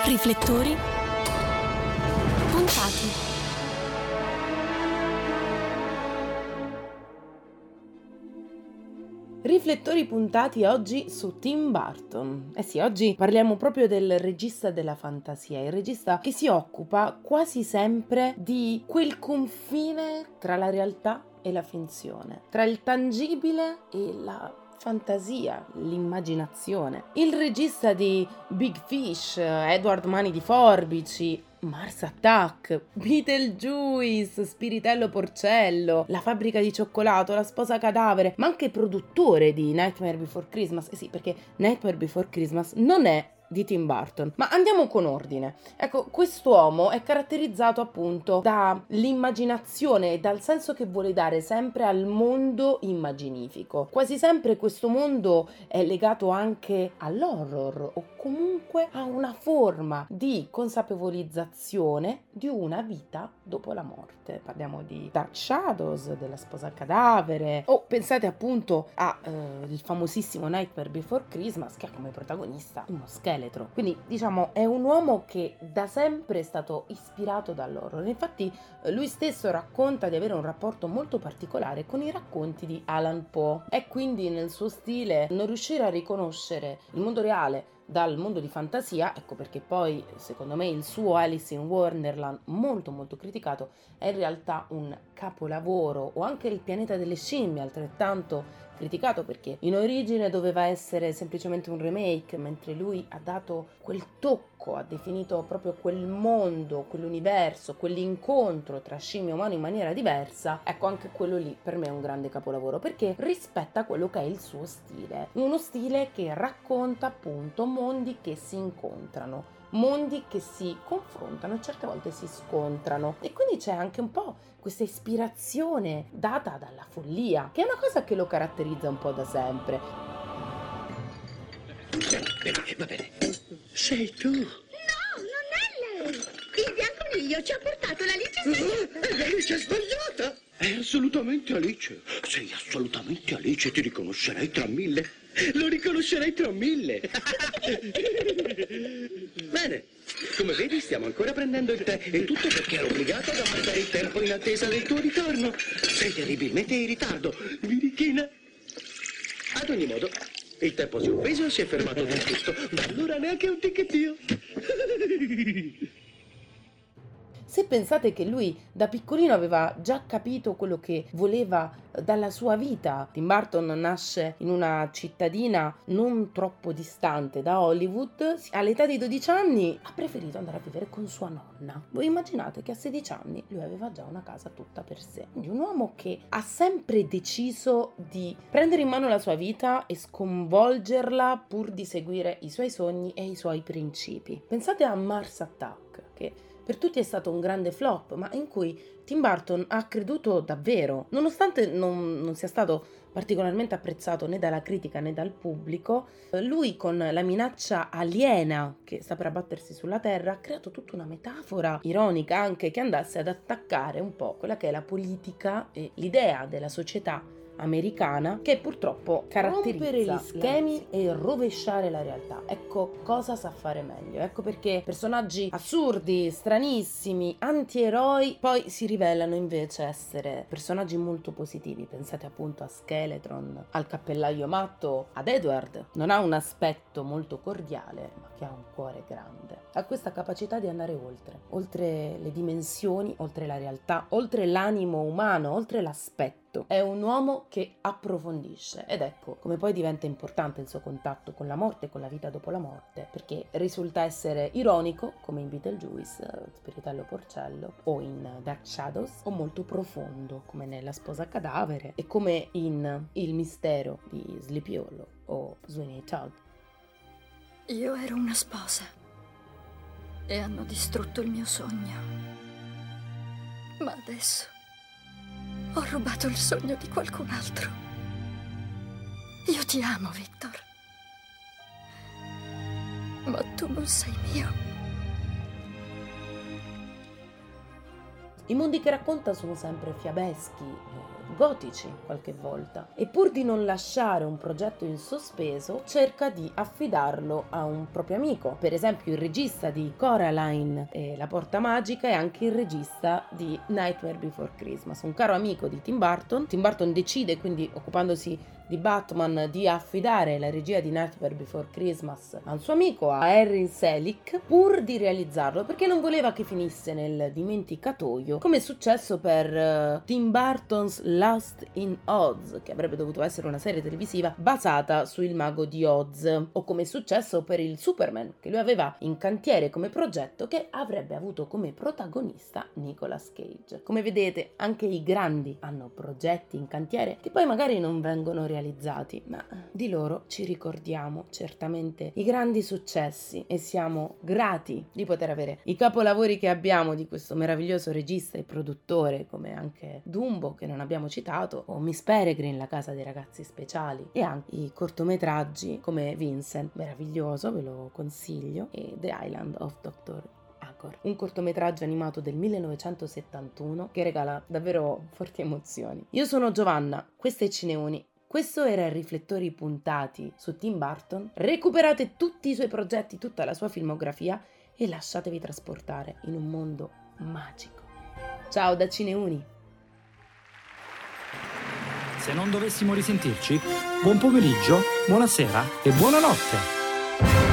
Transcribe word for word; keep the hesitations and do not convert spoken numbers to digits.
Riflettori puntati. Riflettori puntati oggi su Tim Burton. Eh sì, oggi parliamo proprio del regista della fantasia, il regista che si occupa quasi sempre di quel confine tra la realtà e la finzione, tra il tangibile e la fantasia, l'immaginazione. Il regista di Big Fish, Edward Mani di Forbici, Mars Attack, Beetlejuice, Spiritello Porcello, La fabbrica di cioccolato, La sposa cadavere, ma anche produttore di Nightmare Before Christmas. Eh sì, perché Nightmare Before Christmas non è di Tim Burton. Ma andiamo con ordine. Ecco, quest'uomo è caratterizzato appunto dall'immaginazione e dal senso che vuole dare sempre al mondo immaginifico. Quasi sempre questo mondo è legato anche all'horror o comunque a una forma di consapevolizzazione di una vita dopo la morte. Parliamo di Dark Shadows, della sposa cadavere, o pensate appunto al eh, famosissimo Nightmare Before Christmas, che ha come protagonista uno scheletro. Quindi diciamo è un uomo che da sempre è stato ispirato dall'horror. Infatti lui stesso racconta di avere un rapporto molto particolare con i racconti di Alan Poe. È quindi nel suo stile non riuscire a riconoscere il mondo reale dal mondo di fantasia. Ecco perché poi secondo me il suo Alice in Wonderland, molto molto criticato, è in realtà un capolavoro, o anche Il pianeta delle scimmie, altrettanto criticato perché in origine doveva essere semplicemente un remake, mentre lui ha dato quel tocco, ha definito proprio quel mondo, quell'universo, quell'incontro tra scimmie e umano in maniera diversa. Ecco, anche quello lì per me è un grande capolavoro, perché rispetta quello che è il suo stile, uno stile che racconta appunto mondi che si incontrano, mondi che si confrontano e certe volte si scontrano, e quindi c'è anche un po' questa ispirazione data dalla follia, che è una cosa che lo caratterizza un po' da sempre. Bene, va bene. Sei tu? No, non è lei. Il bianconiglio ci ha portato l'Alice. È l'Alice sbagliata. È assolutamente Alice. Sei assolutamente Alice, ti riconoscerei tra mille. Lo riconoscerei tra mille. Bene, come vedi stiamo ancora prendendo il tè, e tutto perché ero obbligato ad ammantare il tempo in attesa del tuo ritorno. Sei terribilmente in ritardo, birichina. Ad ogni modo, il tempo si è offeso e si è fermato del tutto. Ma allora neanche un ticchettio. Se pensate che lui da piccolino aveva già capito quello che voleva dalla sua vita. Tim Burton nasce in una cittadina non troppo distante da Hollywood. All'età di dodici anni ha preferito andare a vivere con sua nonna. Voi immaginate che a sedici anni lui aveva già una casa tutta per sé. Quindi un uomo che ha sempre deciso di prendere in mano la sua vita e sconvolgerla pur di seguire i suoi sogni e i suoi principi. Pensate a Mars Attack, che per tutti è stato un grande flop, ma in cui Tim Burton ha creduto davvero. Nonostante non, non sia stato particolarmente apprezzato né dalla critica né dal pubblico, lui con la minaccia aliena che sta per abbattersi sulla Terra ha creato tutta una metafora ironica anche, che andasse ad attaccare un po' quella che è la politica e l'idea della società americana, che purtroppo caratterizza rompere gli schemi e rovesciare la realtà. Ecco cosa sa fare meglio. Ecco perché personaggi assurdi, stranissimi, antieroi poi si rivelano invece essere personaggi molto positivi. Pensate appunto a Skeletron, al cappellaio matto, ad Edward. Non ha un aspetto molto cordiale, ma che ha un cuore grande. Ha questa capacità di andare oltre, oltre le dimensioni, oltre la realtà, oltre l'animo umano, oltre l'aspetto. È un uomo che approfondisce, ed ecco come poi diventa importante il suo contatto con la morte e con la vita dopo la morte, perché risulta essere ironico come in Beetlejuice, Spiritello Porcello, o in Dark Shadows, o molto profondo come nella sposa cadavere e come in Il mistero di Sleepy Hollow o Sweeney Todd. Io ero una sposa e hanno distrutto il mio sogno, ma adesso ho rubato il sogno di qualcun altro. Io ti amo, Victor. Ma tu non sei mio. I mondi che racconta sono sempre fiabeschi, eh, gotici qualche volta, e pur di non lasciare un progetto in sospeso cerca di affidarlo a un proprio amico. Per esempio il regista di Coraline e La Porta Magica è anche il regista di Nightmare Before Christmas, un caro amico di Tim Burton. Tim Burton decide, quindi occupandosi di Batman, di affidare la regia di Nightmare Before Christmas a un suo amico, a Henry Selick, pur di realizzarlo, perché non voleva che finisse nel dimenticatoio, come è successo per uh, Tim Burton's Lost in Oz, che avrebbe dovuto essere una serie televisiva basata sul mago di Oz, o come è successo per il Superman, che lui aveva in cantiere come progetto, che avrebbe avuto come protagonista Nicolas Cage. Come vedete, anche i grandi hanno progetti in cantiere che poi magari non vengono realizzati realizzati, ma di loro ci ricordiamo certamente i grandi successi e siamo grati di poter avere i capolavori che abbiamo di questo meraviglioso regista e produttore, come anche Dumbo, che non abbiamo citato, o Miss Peregrine, La casa dei ragazzi speciali, e anche i cortometraggi come Vincent, meraviglioso, ve lo consiglio, e The Island of doctor Agor, un cortometraggio animato del millenovecentosettantuno che regala davvero forti emozioni. Io sono Giovanna, questo è Cineuni. Questo era Riflettori puntati su Tim Burton. Recuperate tutti i suoi progetti, tutta la sua filmografia e lasciatevi trasportare in un mondo magico. Ciao da Cineuni! Se non dovessimo risentirci, buon pomeriggio, buonasera e buonanotte!